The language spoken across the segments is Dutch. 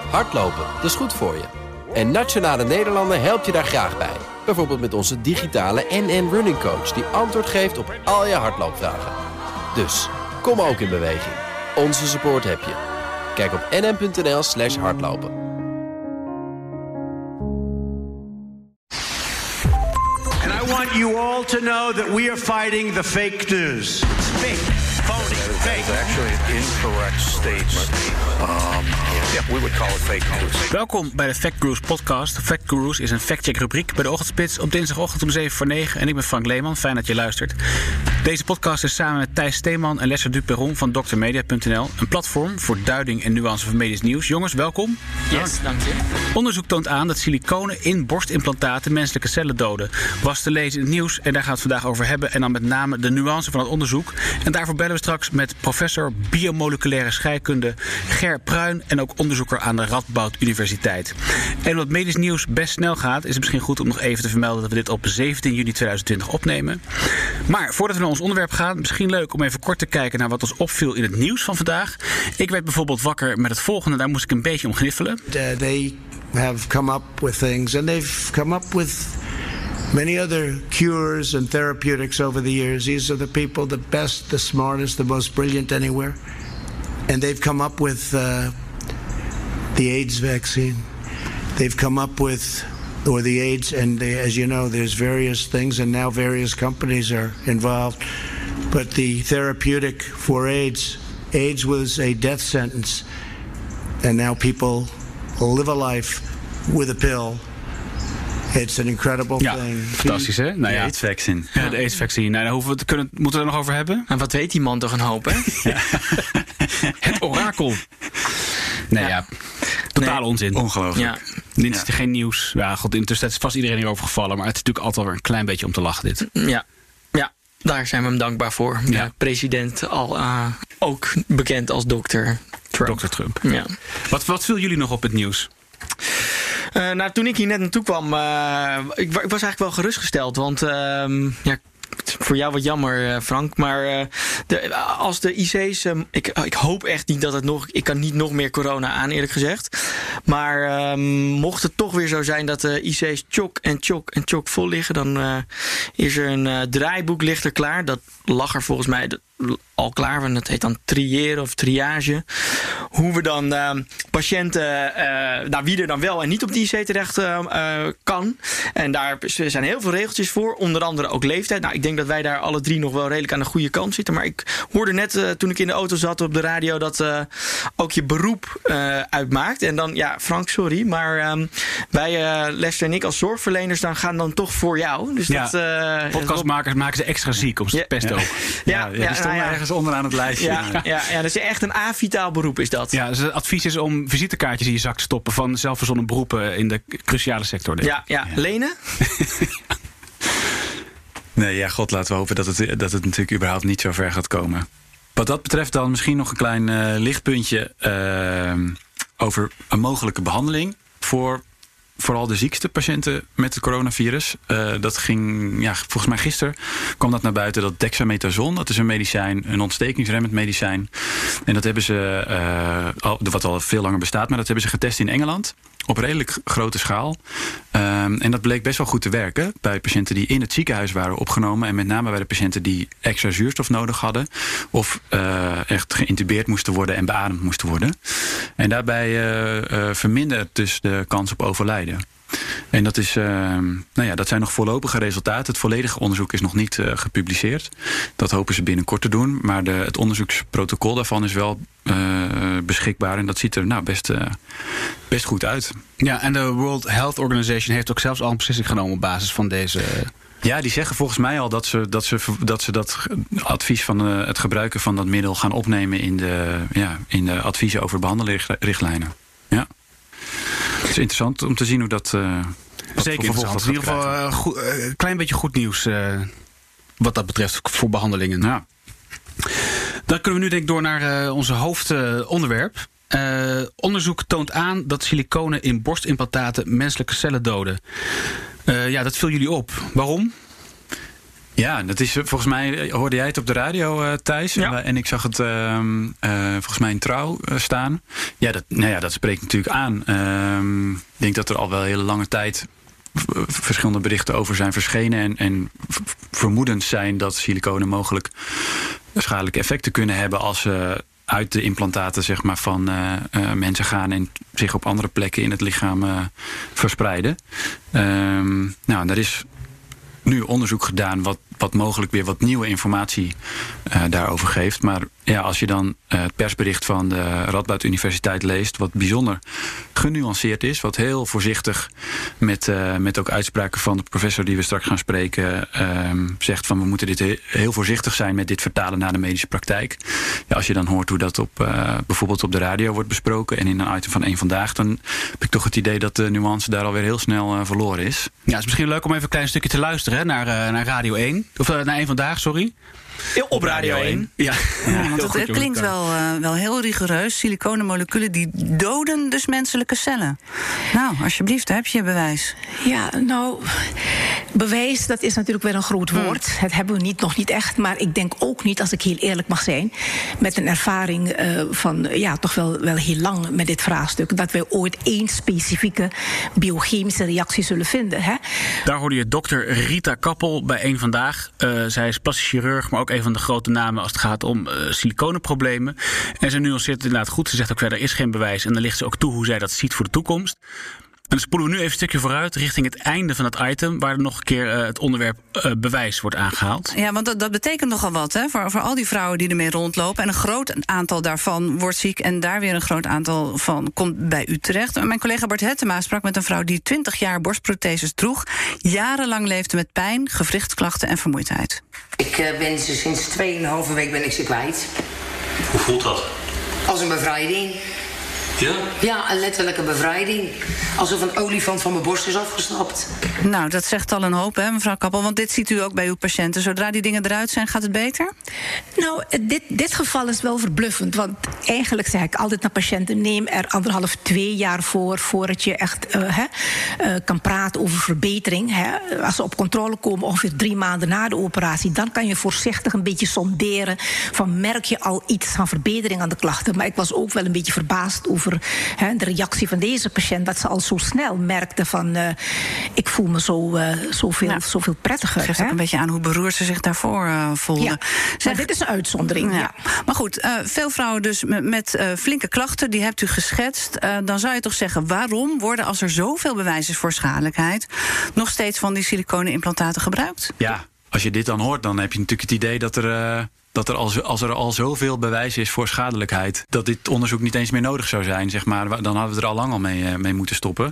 Hardlopen, dat is goed voor je. En Nationale Nederlanden helpt je daar graag bij. Bijvoorbeeld met onze digitale NN Running Coach... die antwoord geeft op al je hardloopvragen. Dus, kom ook in beweging. Onze support heb je. Kijk op nn.nl/hardlopen. And I want you all to know that we are fighting the fake news. It's fake, phony, fake. It's actually an incorrect statement. We would call it fake news. Welkom bij de Fact Gurus podcast. Fact Gurus is een factcheck rubriek bij de Ochtendspits op dinsdagochtend om 7:09. En ik ben Frank Leeman, fijn dat je luistert. Deze podcast is samen met Thijs Steeman en Lester Duperron van drmedia.nl. Een platform voor duiding en nuance van medisch nieuws. Jongens, welkom. Yes, dank je. Onderzoek toont aan dat siliconen in borstimplantaten menselijke cellen doden. Was te lezen in het nieuws en daar gaan we het vandaag over hebben. En dan met name de nuance van het onderzoek. En daarvoor bellen we straks met professor biomoleculaire scheikunde Ger Pruin en ook onderzoeker aan de Radboud Universiteit. En omdat medisch nieuws best snel gaat, is het misschien goed om nog even te vermelden dat we dit op 17 juni 2020 opnemen. Maar voordat we naar ons onderwerp gaan, misschien leuk om even kort te kijken naar wat ons opviel in het nieuws van vandaag. Ik werd bijvoorbeeld wakker met het volgende, daar moest ik een beetje om gniffelen. They have come up with things, and they've come up with many other cures and therapeutics over the years. These are the people, the best, the smartest, the most brilliant anywhere. And they've come up with the AIDS vaccine. They've come up with, or the AIDS, and as you know, there's various things, and now various companies are involved. But the therapeutic for AIDS was a death sentence, and now people live a life with a pill. It's an incredible thing. Fantastisch, hè? Nou, de AIDS-vaccine. Ja, de AIDS-vaccine. Nou, moeten we er nog over hebben? En wat weet die man toch een hoop, hè? Ja. Het orakel. Nee, ja. Totaal onzin. Ongelooflijk. Ja. Dit is geen nieuws. Ja, god, intussen is vast iedereen hierover gevallen. Maar het is natuurlijk altijd wel een klein beetje om te lachen, dit. Ja, daar zijn we hem dankbaar voor. Ja. Ja, president al ook bekend als Dr. Trump. Dr. Trump. Ja. Wat viel jullie nog op het nieuws? Nou, toen ik hier net naartoe kwam, ik was eigenlijk wel gerustgesteld. Want voor jou wat jammer, Frank. Maar als de IC's... Ik hoop echt niet dat het nog... Ik kan niet nog meer corona aan, eerlijk gezegd. Maar mocht het toch weer zo zijn dat de IC's chock vol liggen... dan is er een draaiboek ligt er klaar. Dat lag er volgens mij al klaar. Want het heet dan triëren of triage. Hoe we dan patiënten... wie er dan wel en niet op de IC terecht kan. En daar zijn heel veel regeltjes voor. Onder andere ook leeftijd. Nou, ik denk dat wij daar alle drie nog wel redelijk aan de goede kant zitten. Maar ik hoorde net toen ik in de auto zat op de radio... dat ook je beroep uitmaakt. En dan, ja, Frank, sorry. Maar wij, Lester en ik als zorgverleners... dan gaan dan toch voor jou. Dus Podcastmakers maken ze extra ziek om ze te pesten ook. Die stonden ergens onderaan het lijstje. Ja, dat is echt een avitaal beroep is dat. Ja, dus het advies is om visitekaartjes in je zak te stoppen... van zelfverzonnen beroepen in de cruciale sector. Ja. Lenen? Nee, ja, god, laten we hopen dat het natuurlijk überhaupt niet zo ver gaat komen. Wat dat betreft dan misschien nog een klein lichtpuntje... over een mogelijke behandeling voor... vooral de ziekste patiënten met het coronavirus. Dat ging, volgens mij gisteren kwam dat naar buiten, dat dexamethason. Dat is een medicijn, een ontstekingsremmend medicijn. En dat hebben ze, wat al veel langer bestaat... maar dat hebben ze getest in Engeland op redelijk grote schaal. En dat bleek best wel goed te werken bij patiënten die in het ziekenhuis waren opgenomen. En met name bij de patiënten die extra zuurstof nodig hadden. Of echt geïntubeerd moesten worden en beademd moesten worden. En daarbij vermindert dus de kans op overlijden. En dat is, dat zijn nog voorlopige resultaten. Het volledige onderzoek is nog niet gepubliceerd. Dat hopen ze binnenkort te doen. Maar het onderzoeksprotocol daarvan is wel beschikbaar. En dat ziet er best goed uit. Ja, en de World Health Organization heeft ook zelfs al een beslissing genomen op basis van deze... Ja, die zeggen volgens mij al dat ze dat advies van het gebruiken van dat middel gaan opnemen in de adviezen over behandelrichtlijnen. Ja. Het is interessant om te zien hoe dat... Zeker interessant. In ieder geval een klein beetje goed nieuws wat dat betreft voor behandelingen. Ja. Dan kunnen we nu denk ik door naar onze hoofdonderwerp. Onderzoek toont aan dat siliconen in borstimplantaten menselijke cellen doden. Dat viel jullie op. Waarom? Ja, dat is volgens mij, hoorde jij het op de radio, Thijs? Ja. En ik zag het volgens mij in Trouw staan. Ja, dat spreekt natuurlijk aan. Ik denk dat er al wel een hele lange tijd verschillende berichten over zijn verschenen. En vermoedens zijn dat siliconen mogelijk schadelijke effecten kunnen hebben als ze uit de implantaten zeg maar, van mensen gaan en zich op andere plekken in het lichaam verspreiden. Er is nu onderzoek gedaan wat mogelijk weer wat nieuwe informatie daarover geeft. Maar ja, als je dan het persbericht van de Radboud Universiteit leest, wat bijzonder genuanceerd is, wat heel voorzichtig met ook uitspraken van de professor die we straks gaan spreken, zegt van we moeten dit heel voorzichtig zijn met dit vertalen naar de medische praktijk. Ja, als je dan hoort hoe dat bijvoorbeeld op de radio wordt besproken en in een item van Eén Vandaag, dan heb ik toch het idee dat de nuance daar alweer heel snel verloren is. Ja, het is misschien leuk om even een klein stukje te luisteren hè, naar Radio 1. Of naar Eén Vandaag, sorry. Op Radio 1. Ja, want het klinkt wel heel rigoureus. Siliconenmoleculen die doden dus menselijke cellen. Nou, alsjeblieft, daar heb je bewijs. Ja, nou, bewijs, dat is natuurlijk weer een groot woord. Het hebben we nog niet echt. Maar ik denk ook niet, als ik heel eerlijk mag zijn, met een ervaring van toch wel heel lang met dit vraagstuk, dat wij ooit één specifieke biochemische reactie zullen vinden. Hè? Daar hoorde je dokter Rita Kappel bij Eén Vandaag. Zij is plastisch chirurg, maar ook een van de grote namen als het gaat om siliconenproblemen. En ze nuanceert het inderdaad goed. Ze zegt ook verder, er is geen bewijs. En dan ligt ze ook toe hoe zij dat ziet voor de toekomst. En dan spoelen we nu even een stukje vooruit richting het einde van het item, waar er nog een keer het onderwerp bewijs wordt aangehaald. Ja, want dat betekent nogal wat, hè, voor al die vrouwen die ermee rondlopen. En een groot aantal daarvan wordt ziek en daar weer een groot aantal van komt bij u terecht. Mijn collega Bart Hettema sprak met een vrouw die 20 jaar borstprotheses droeg, jarenlang leefde met pijn, gewrichtsklachten en vermoeidheid. Ik ben ze sinds 2,5 week ben ik ze kwijt. Hoe voelt dat? Als een bevrijding. Ja? Ja, een letterlijke bevrijding. Alsof een olifant van mijn borst is afgestapt. Nou, dat zegt al een hoop, hè, mevrouw Kappel. Want dit ziet u ook bij uw patiënten. Zodra die dingen eruit zijn, gaat het beter? Nou, dit geval is wel verbluffend. Want eigenlijk zeg ik altijd naar patiënten, neem er 1,5, 2 jaar voordat je echt kan praten over verbetering. Hè. Als ze op controle komen, ongeveer 3 maanden na de operatie, dan kan je voorzichtig een beetje sonderen van merk je al iets van verbetering aan de klachten. Maar ik was ook wel een beetje verbaasd over de reactie van deze patiënt, dat ze al zo snel merkte van ik voel me zoveel prettiger. Het geeft ook een beetje aan hoe beroerd ze zich daarvoor voelden. Ja, maar dit is een uitzondering. Ja. Maar goed, veel vrouwen dus met flinke klachten, die hebt u geschetst. Dan zou je toch zeggen, waarom worden, als er zoveel bewijs is voor schadelijkheid, nog steeds van die siliconenimplantaten gebruikt? Ja, als je dit dan hoort, dan heb je natuurlijk het idee dat als er al zoveel bewijs is voor schadelijkheid, dat dit onderzoek niet eens meer nodig zou zijn, zeg maar. Dan hadden we er al lang al mee moeten stoppen.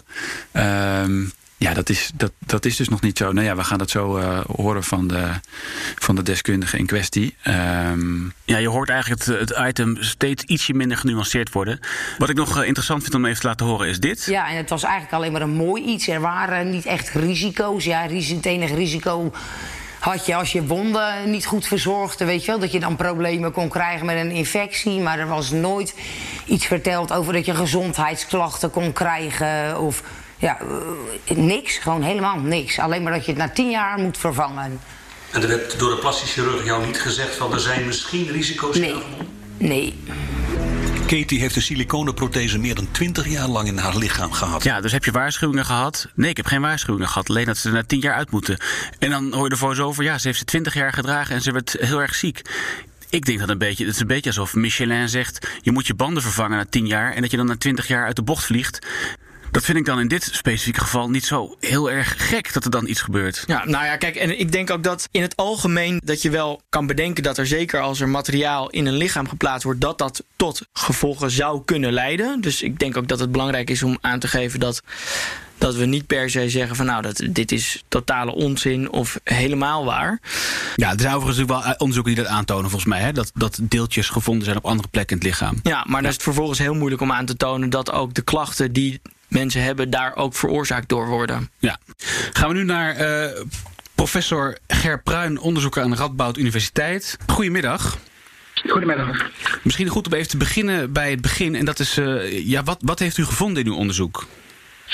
Ja, dat is dus nog niet zo. Nou ja, we gaan dat zo horen van de deskundige in kwestie. Ja, je hoort eigenlijk het item steeds ietsje minder genuanceerd worden. Wat ik nog interessant vind om even te laten horen is dit. Ja, en het was eigenlijk alleen maar een mooi iets. Er waren niet echt risico's. Ja, het enige risico had je als je wonden niet goed verzorgde, weet je wel, dat je dan problemen kon krijgen met een infectie. Maar er was nooit iets verteld over dat je gezondheidsklachten kon krijgen of ja, niks, gewoon helemaal niks. Alleen maar dat je het na 10 jaar moet vervangen. En er werd door de plastisch chirurg jou niet gezegd van er zijn misschien risico's? Nee. Katie heeft een siliconenprothese meer dan 20 jaar lang in haar lichaam gehad. Ja, dus heb je waarschuwingen gehad? Nee, ik heb geen waarschuwingen gehad. Alleen dat ze er na 10 jaar uit moeten. En dan hoor je ervoor zo over, ja, ze heeft ze 20 jaar gedragen en ze werd heel erg ziek. Ik denk dat het is een beetje alsof Michelin zegt, je moet je banden vervangen na 10 jaar en dat je dan na 20 jaar uit de bocht vliegt. Dat vind ik dan in dit specifieke geval niet zo heel erg gek dat er dan iets gebeurt. Ja, nou ja, kijk, en ik denk ook dat in het algemeen dat je wel kan bedenken dat er zeker als er materiaal in een lichaam geplaatst wordt, dat tot gevolgen zou kunnen leiden. Dus ik denk ook dat het belangrijk is om aan te geven dat we niet per se zeggen van nou, dit is totale onzin of helemaal waar. Ja, er zijn overigens natuurlijk wel onderzoeken die dat aantonen volgens mij, hè? Dat deeltjes gevonden zijn op andere plekken in het lichaam. Ja, maar dan is het vervolgens heel moeilijk om aan te tonen dat ook de klachten die mensen hebben daar ook veroorzaakt door worden. Ja. Gaan we nu naar professor Ger Pruin, onderzoeker aan de Radboud Universiteit. Goedemiddag. Goedemiddag. Misschien goed om even te beginnen bij het begin. En dat is, wat heeft u gevonden in uw onderzoek?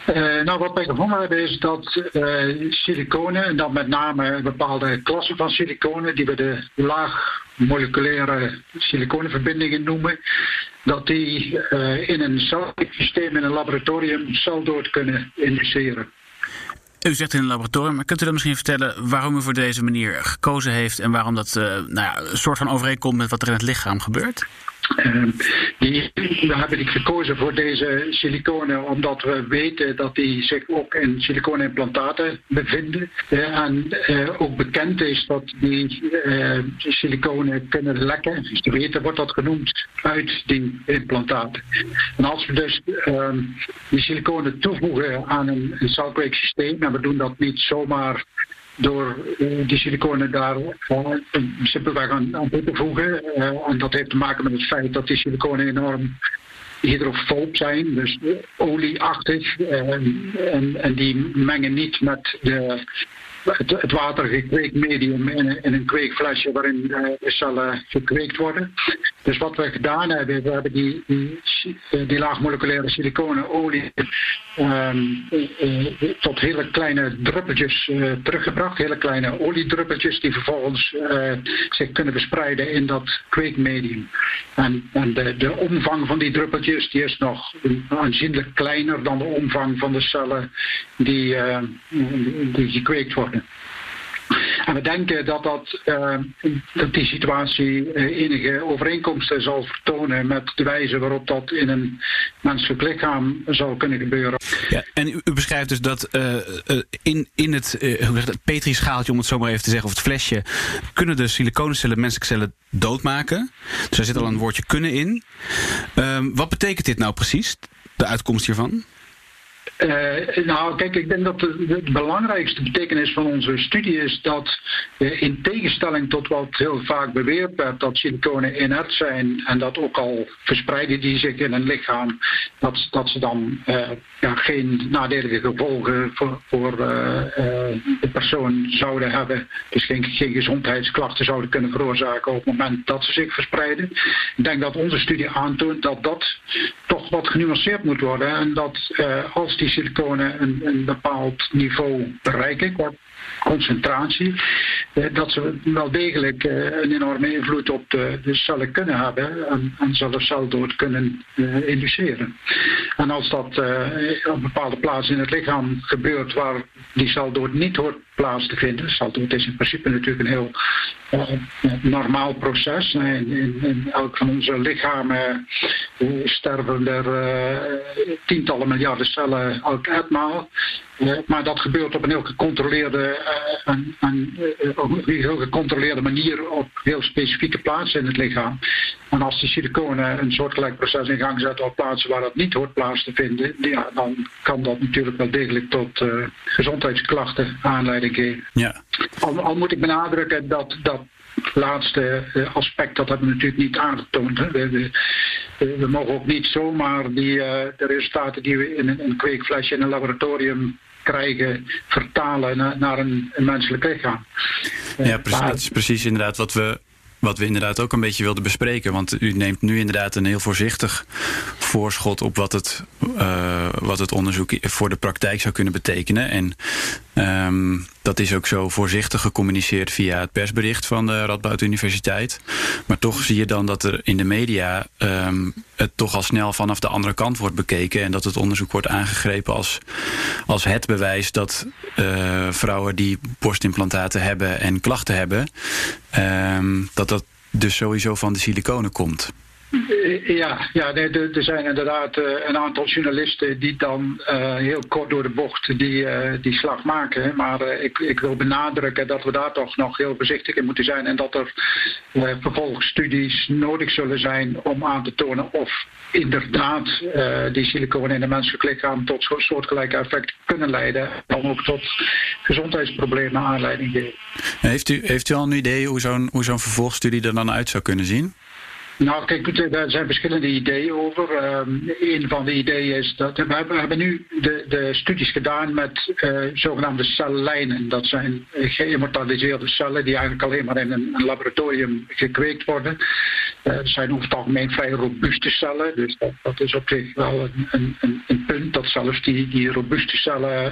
Wat wij gevonden hebben is dat siliconen, en dan met name een bepaalde klassen van siliconen, die we de laag moleculaire siliconenverbindingen noemen, dat die in een celsysteem in een laboratorium celdood kunnen induceren. U zegt in een laboratorium, maar kunt u dan misschien vertellen waarom u voor deze manier gekozen heeft en waarom dat een soort van overeenkomt met wat er in het lichaam gebeurt? We hebben gekozen voor deze siliconen omdat we weten dat die zich ook in siliconimplantaten bevinden. En ook bekend is dat die siliconen kunnen lekken, dus te weten wordt dat genoemd, uit die implantaten. En als we dus die siliconen toevoegen aan een celkweeksysteem, en we doen dat niet zomaar door die siliconen daar simpelweg aan toe te voegen. En dat heeft te maken met het feit dat die siliconen enorm hydrofoob zijn, dus olieachtig. En die mengen niet met het waterige kweekmedium in een kweekflesje waarin de cellen gekweekt worden. Dus wat we gedaan hebben, we hebben die laagmoleculaire siliconenolie tot hele kleine druppeltjes teruggebracht. Hele kleine oliedruppeltjes die vervolgens zich kunnen verspreiden in dat kweekmedium. En de omvang van die druppeltjes die is nog aanzienlijk kleiner dan de omvang van de cellen die gekweekt worden. En we denken dat die situatie enige overeenkomsten zal vertonen met de wijze waarop dat in een menselijk lichaam zal kunnen gebeuren. Ja, en u beschrijft dus dat in het petrischaaltje, om het zo maar even te zeggen, of het flesje, kunnen de siliconencellen menselijke cellen doodmaken. Dus daar zit al een woordje kunnen in. Wat betekent dit nou precies, de uitkomst hiervan? Kijk, ik denk dat de belangrijkste betekenis van onze studie is dat in tegenstelling tot wat heel vaak beweerd werd, dat siliconen inert zijn en dat ook al verspreiden die zich in een lichaam, dat ze dan geen nadelige gevolgen voor de persoon zouden hebben. Dus geen gezondheidsklachten zouden kunnen veroorzaken op het moment dat ze zich verspreiden. Ik denk dat onze studie aantoont dat dat toch wat genuanceerd moet worden en dat als die siliconen een bepaald niveau bereiken, qua concentratie, dat ze wel degelijk een enorme invloed op de cellen kunnen hebben en zelfs celdood kunnen induceren. En als dat op bepaalde plaatsen in het lichaam gebeurt waar die celdood niet hoort plaats te vinden, celdood is in principe natuurlijk een heel normaal proces. In elk van onze lichamen sterven er tientallen miljarden cellen elk etmaal. Maar dat gebeurt op een heel gecontroleerde manier op heel specifieke plaatsen in het lichaam. En als die siliconen een soortgelijk proces in gang zetten op plaatsen waar dat niet hoort plaats te vinden, dan kan dat natuurlijk wel degelijk tot gezondheidsklachten aanleiding geven. Ja. Al moet ik benadrukken dat laatste aspect, dat hebben we natuurlijk niet aangetoond. Hè. We mogen ook niet zomaar de resultaten die we in een kweekflesje in een laboratorium krijgen, vertalen naar een menselijk lichaam. Ja, precies, dat is precies inderdaad wat we inderdaad ook een beetje wilden bespreken. Want u neemt nu inderdaad een heel voorzichtig voorschot op wat het onderzoek voor de praktijk zou kunnen betekenen. En dat is ook zo voorzichtig gecommuniceerd via het persbericht van de Radboud Universiteit. Maar toch zie je dan dat er in de media het toch al snel vanaf de andere kant wordt bekeken. En dat het onderzoek wordt aangegrepen als het bewijs dat vrouwen die borstimplantaten hebben en klachten hebben, dat dus sowieso van de siliconen komt. Er zijn inderdaad een aantal journalisten die dan heel kort door de bocht die slag maken. Maar ik wil benadrukken dat we daar toch nog heel voorzichtig in moeten zijn. En dat er vervolgstudies nodig zullen zijn om aan te tonen of inderdaad die siliconen in het menselijk lichaam tot soortgelijke effecten kunnen leiden. En dan ook tot gezondheidsproblemen aanleiding geven. Heeft u al een idee hoe zo'n vervolgstudie er dan uit zou kunnen zien? Nou, kijk, daar zijn verschillende ideeën over. Een van de ideeën is dat we hebben nu de studies gedaan met zogenaamde cellijnen. Dat zijn geïmmortaliseerde cellen die eigenlijk alleen maar in een laboratorium gekweekt worden. zijn over het algemeen vrij robuuste cellen. Dus dat is op zich wel een punt, dat zelfs die robuuste cellen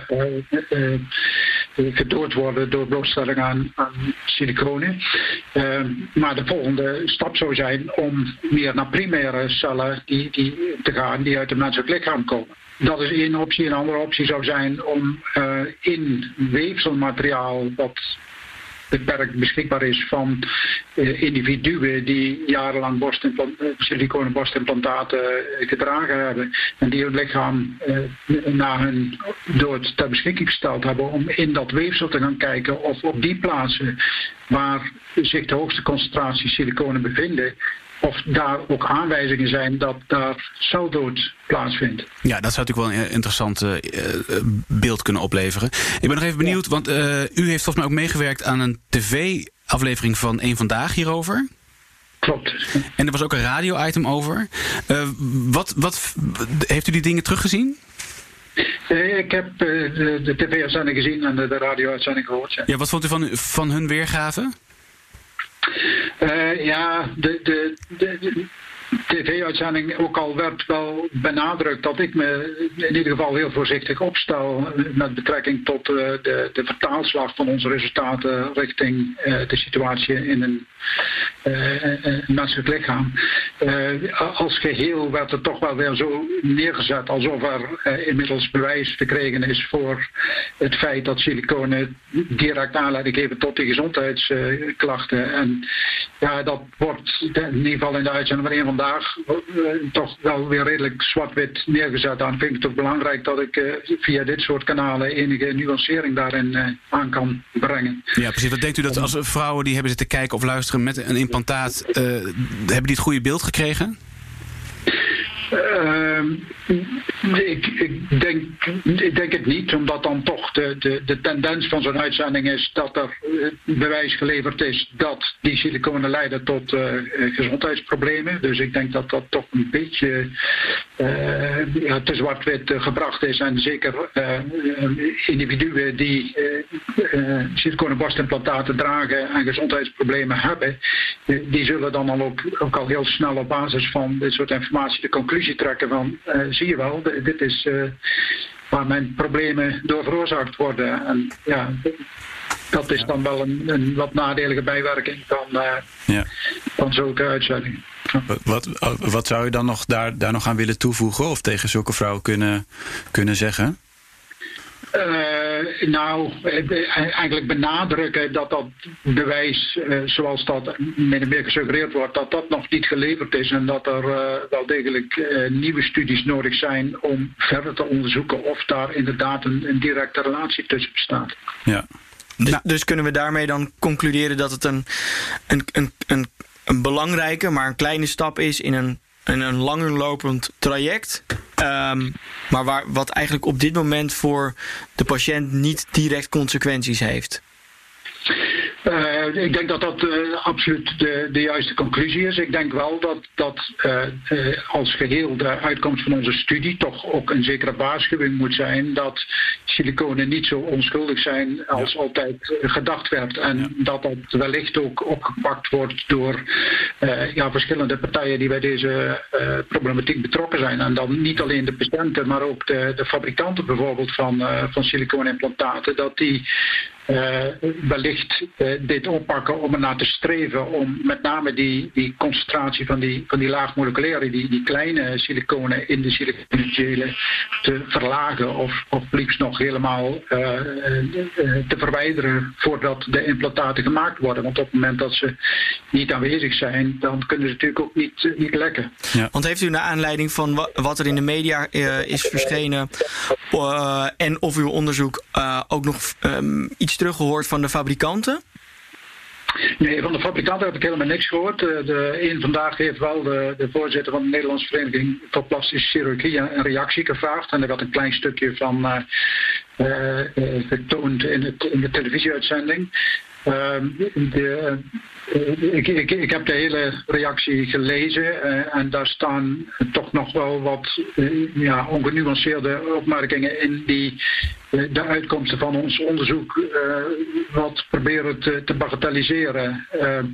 gedood worden door blootstelling aan siliconen. Maar de volgende stap zou zijn om meer naar primaire cellen die te gaan die uit het menselijk lichaam komen. Dat is één optie. Een andere optie zou zijn om in weefselmateriaal wat beperkt beschikbaar is van individuen die jarenlang siliconen borstimplantaten gedragen hebben en die hun lichaam na hun dood ter beschikking gesteld hebben, om in dat weefsel te gaan kijken of op die plaatsen waar zich de hoogste concentratie siliconen bevinden, of daar ook aanwijzingen zijn dat daar celdood plaatsvindt. Ja, dat zou natuurlijk wel een interessant beeld kunnen opleveren. Ik ben nog even benieuwd, want u heeft volgens mij ook meegewerkt aan een tv-aflevering van Eén Vandaag hierover. Klopt. En er was ook een radio-item over. Wat heeft u die dingen teruggezien? Ik heb de tv-uitzending gezien en de radio-uitzending gehoord. Ja. Ja, wat vond u van hun weergave? De tv-uitzending, ook al werd wel benadrukt dat ik me in ieder geval heel voorzichtig opstel met betrekking tot de vertaalslag van onze resultaten richting de situatie in een menselijk lichaam. Als geheel werd het toch wel weer zo neergezet alsof er inmiddels bewijs verkregen is voor het feit dat siliconen direct aanleiding geven tot die gezondheidsklachten. En ja, dat wordt in ieder geval in de uitzending van Eén Vandaag toch wel weer redelijk zwart-wit neergezet. Dan vind ik het ook belangrijk dat ik via dit soort kanalen enige nuancering daarin aan kan brengen. Ja, precies. Wat denkt u dat als vrouwen die hebben zitten kijken of luisteren met een implantaat, hebben die het goede beeld gekregen? Ik denk het niet, omdat dan toch de tendens van zo'n uitzending is dat er bewijs geleverd is dat die siliconen leiden tot gezondheidsproblemen. Dus ik denk dat dat toch een beetje te zwart-wit gebracht is. En zeker individuen die siliconen borstimplantaten dragen en gezondheidsproblemen hebben, die zullen dan ook al heel snel op basis van dit soort informatie de conclusie trekken van zie je wel, dit is waar mijn problemen door veroorzaakt worden. En ja, dat is dan wel een wat nadelige bijwerking van zulke uitzendingen. Wat zou je dan nog daar nog aan willen toevoegen of tegen zulke vrouwen kunnen zeggen? Eigenlijk benadrukken dat bewijs, zoals dat min of meer gesuggereerd wordt, dat nog niet geleverd is en dat er wel degelijk nieuwe studies nodig zijn om verder te onderzoeken of daar inderdaad een directe relatie tussen bestaat. Ja. Dus kunnen we daarmee dan concluderen dat het een belangrijke, maar een kleine stap is in een langer lopend traject, maar wat eigenlijk op dit moment voor de patiënt niet direct consequenties heeft? Ik denk dat dat absoluut de juiste conclusie is. Ik denk wel dat als geheel de uitkomst van onze studie toch ook een zekere waarschuwing moet zijn dat siliconen niet zo onschuldig zijn als altijd gedacht werd. En dat wellicht ook opgepakt wordt door verschillende partijen die bij deze problematiek betrokken zijn. En dan niet alleen de patiënten, maar ook de fabrikanten bijvoorbeeld van siliconimplantaten, dat die wellicht dit oppakken om ernaar te streven om met name die concentratie van die laagmoleculaire, die kleine siliconen in de siliconengelen te verlagen of liefst nog helemaal te verwijderen voordat de implantaten gemaakt worden. Want op het moment dat ze niet aanwezig zijn, dan kunnen ze natuurlijk ook niet lekken. Ja. Want heeft u naar aanleiding van wat er in de media is verschenen en of uw onderzoek ook nog iets teruggehoord van de fabrikanten? Nee, van de fabrikanten heb ik helemaal niks gehoord. Eén Vandaag heeft wel de voorzitter van de Nederlandse Vereniging voor Plastische Chirurgie een reactie gevraagd. En er werd een klein stukje van getoond in de televisieuitzending. Ik heb de hele reactie gelezen en daar staan toch nog wel wat ongenuanceerde opmerkingen in die de uitkomsten van ons onderzoek wat proberen te bagatelliseren.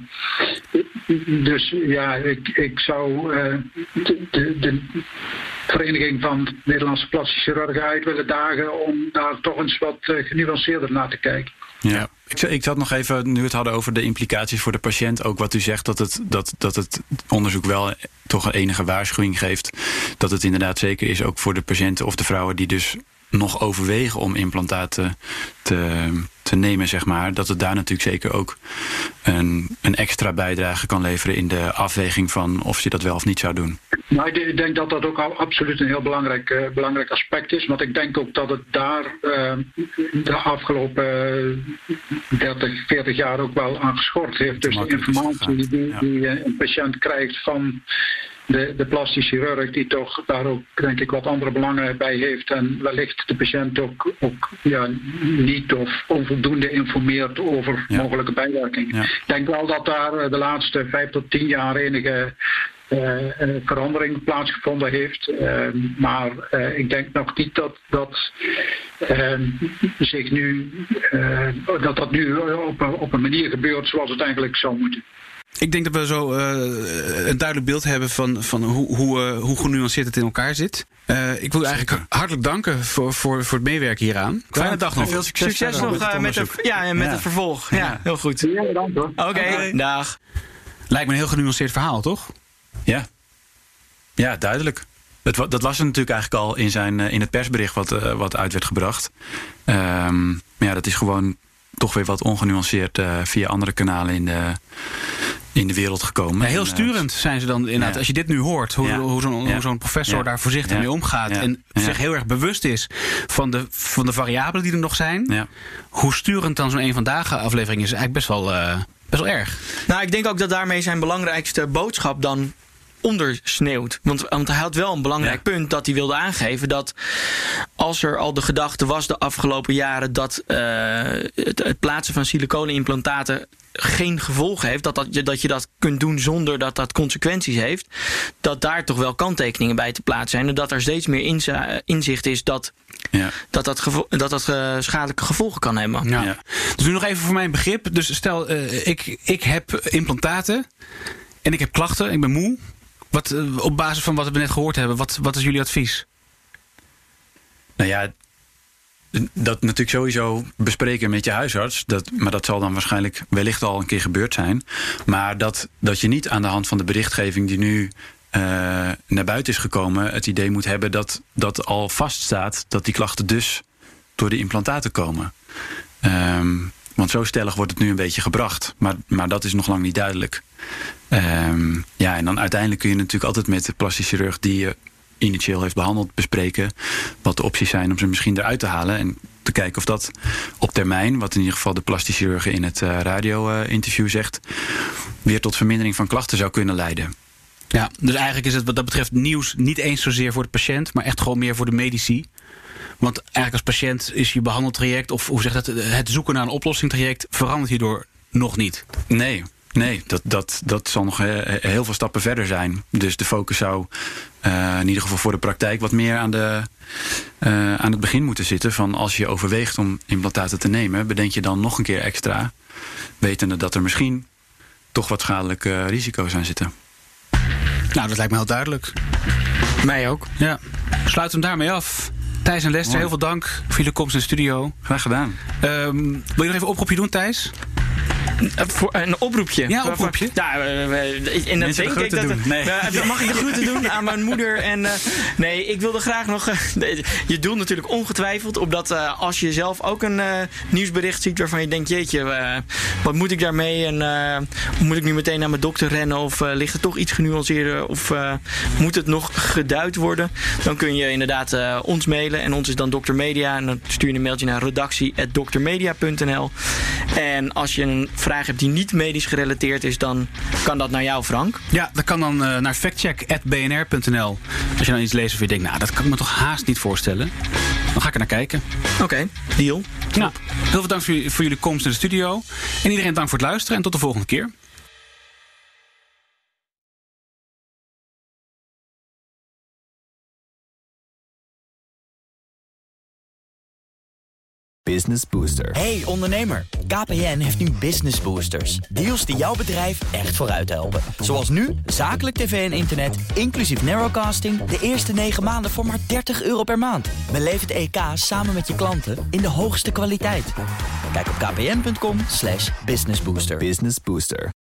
Dus ja, ik zou de Vereniging van Nederlandse Plastische Chirurgen uit willen dagen om daar toch eens wat genuanceerder naar te kijken. Ja, ik zat nog even, nu we het hadden over de implicaties voor de patiënt, ook wat u zegt, dat het onderzoek wel toch een enige waarschuwing geeft. Dat het inderdaad zeker is ook voor de patiënten of de vrouwen die dus nog overwegen om implantaten te nemen, zeg maar. Dat het daar natuurlijk zeker ook een extra bijdrage kan leveren in de afweging van of je dat wel of niet zou doen. Nou, ik denk dat dat ook absoluut een heel belangrijk aspect is. Want ik denk ook dat het daar de afgelopen 30, 40 jaar ook wel aan geschort heeft. Dus de informatie die een patiënt krijgt van de plastisch chirurg, die toch daar ook denk ik wat andere belangen bij heeft en wellicht de patiënt ook niet of onvoldoende informeert over mogelijke bijwerkingen. Ja. Ik denk wel dat daar de laatste 5 tot 10 jaar enige verandering plaatsgevonden heeft. Maar ik denk nog niet dat dat nu op een manier gebeurt zoals het eigenlijk zou moeten. Ik denk dat we zo een duidelijk beeld hebben van hoe genuanceerd het in elkaar zit. Ik wil u eigenlijk hartelijk danken voor het meewerken hieraan. Fijne dag nog. Veel succes nog met het vervolg. Ja, heel goed. Ja, bedankt hoor. Oké, dag. Lijkt me een heel genuanceerd verhaal, toch? Ja, duidelijk. Dat was er natuurlijk eigenlijk al in het persbericht wat uit werd gebracht. Maar ja, dat is gewoon toch weer wat ongenuanceerd via andere kanalen in de wereld gekomen. Ja, heel sturend zijn ze dan inderdaad. Ja. Als je dit nu hoort, hoe zo'n professor daar voorzichtig mee omgaat en zich heel erg bewust is van de variabelen die er nog zijn. Hoe sturend dan zo'n een vandaag aflevering is eigenlijk best wel erg. Nou, ik denk ook dat daarmee zijn belangrijkste boodschap dan ondersneeuwt. Want hij had wel een belangrijk punt dat hij wilde aangeven dat als er al de gedachte was de afgelopen jaren dat het plaatsen van siliconenimplantaten geen gevolgen heeft, dat je dat kunt doen zonder dat dat consequenties heeft, dat daar toch wel kanttekeningen bij te plaatsen zijn en dat er steeds meer inzicht is dat schadelijke gevolgen kan hebben. Ja. Dus nu nog even voor mijn begrip. Dus stel, ik heb implantaten en ik heb klachten, ik ben moe. Op basis van wat we net gehoord hebben, wat is jullie advies? Nou ja, dat natuurlijk sowieso bespreken met je huisarts. Maar dat zal dan waarschijnlijk wellicht al een keer gebeurd zijn. Maar dat je niet aan de hand van de berichtgeving die nu naar buiten is gekomen het idee moet hebben dat al vaststaat dat die klachten dus door de implantaten komen. Want zo stellig wordt het nu een beetje gebracht. Maar dat is nog lang niet duidelijk. En dan uiteindelijk kun je natuurlijk altijd met de plastisch chirurg die je initieel heeft behandeld bespreken wat de opties zijn om ze misschien eruit te halen en te kijken of dat op termijn, wat in ieder geval de plastisch chirurg in het radio-interview zegt, weer tot vermindering van klachten zou kunnen leiden. Ja, dus eigenlijk is het wat dat betreft nieuws niet eens zozeer voor de patiënt, maar echt gewoon meer voor de medici. Want eigenlijk als patiënt is je behandeltraject, of hoe zegt het zoeken naar een oplossingstraject verandert hierdoor nog niet. Nee, dat zal nog heel veel stappen verder zijn. Dus de focus zou in ieder geval voor de praktijk wat meer aan het begin moeten zitten. Van als je overweegt om implantaten te nemen, bedenk je dan nog een keer extra, wetende dat er misschien toch wat schadelijke risico's aan zitten. Nou, dat lijkt me heel duidelijk. Mij ook. Ja. Sluit hem daarmee af. Thijs en Lester, heel veel dank voor jullie komst in de studio. Graag gedaan. Wil je nog even een oproepje doen, Thijs? Voor een oproepje? Ja, een oproepje. Ja, en dat denk ik dat mag ik de groeten doen aan mijn moeder. En nee, ik wilde graag nog. Je doelt natuurlijk ongetwijfeld op dat als je zelf ook een nieuwsbericht ziet waarvan je denkt, jeetje, wat moet ik daarmee? En moet ik nu meteen naar mijn dokter rennen? Of ligt er toch iets genuanceerder? Of moet het nog geduid worden? Dan kun je inderdaad ons mailen. En ons is dan Dr. Media. En dan stuur je een mailtje naar redactie@drmedia.nl. En als je een vraag hebt die niet medisch gerelateerd is, dan kan dat naar jou, Frank. Ja, dat kan dan naar factcheck@bnr.nl. Als je dan iets leest of je denkt, nou, dat kan ik me toch haast niet voorstellen. Dan ga ik er naar kijken. Oké, deal. Nou, heel veel dank voor jullie komst in de studio. En iedereen dank voor het luisteren en tot de volgende keer. Business Booster. Hey ondernemer, KPN heeft nu Business Boosters. Deals die jouw bedrijf echt vooruit helpen. Zoals nu, zakelijk tv en internet, inclusief narrowcasting... de eerste 9 maanden voor maar €30 per maand. Beleef het EK samen met je klanten in de hoogste kwaliteit. Kijk op kpn.com/businessbooster. Business Booster.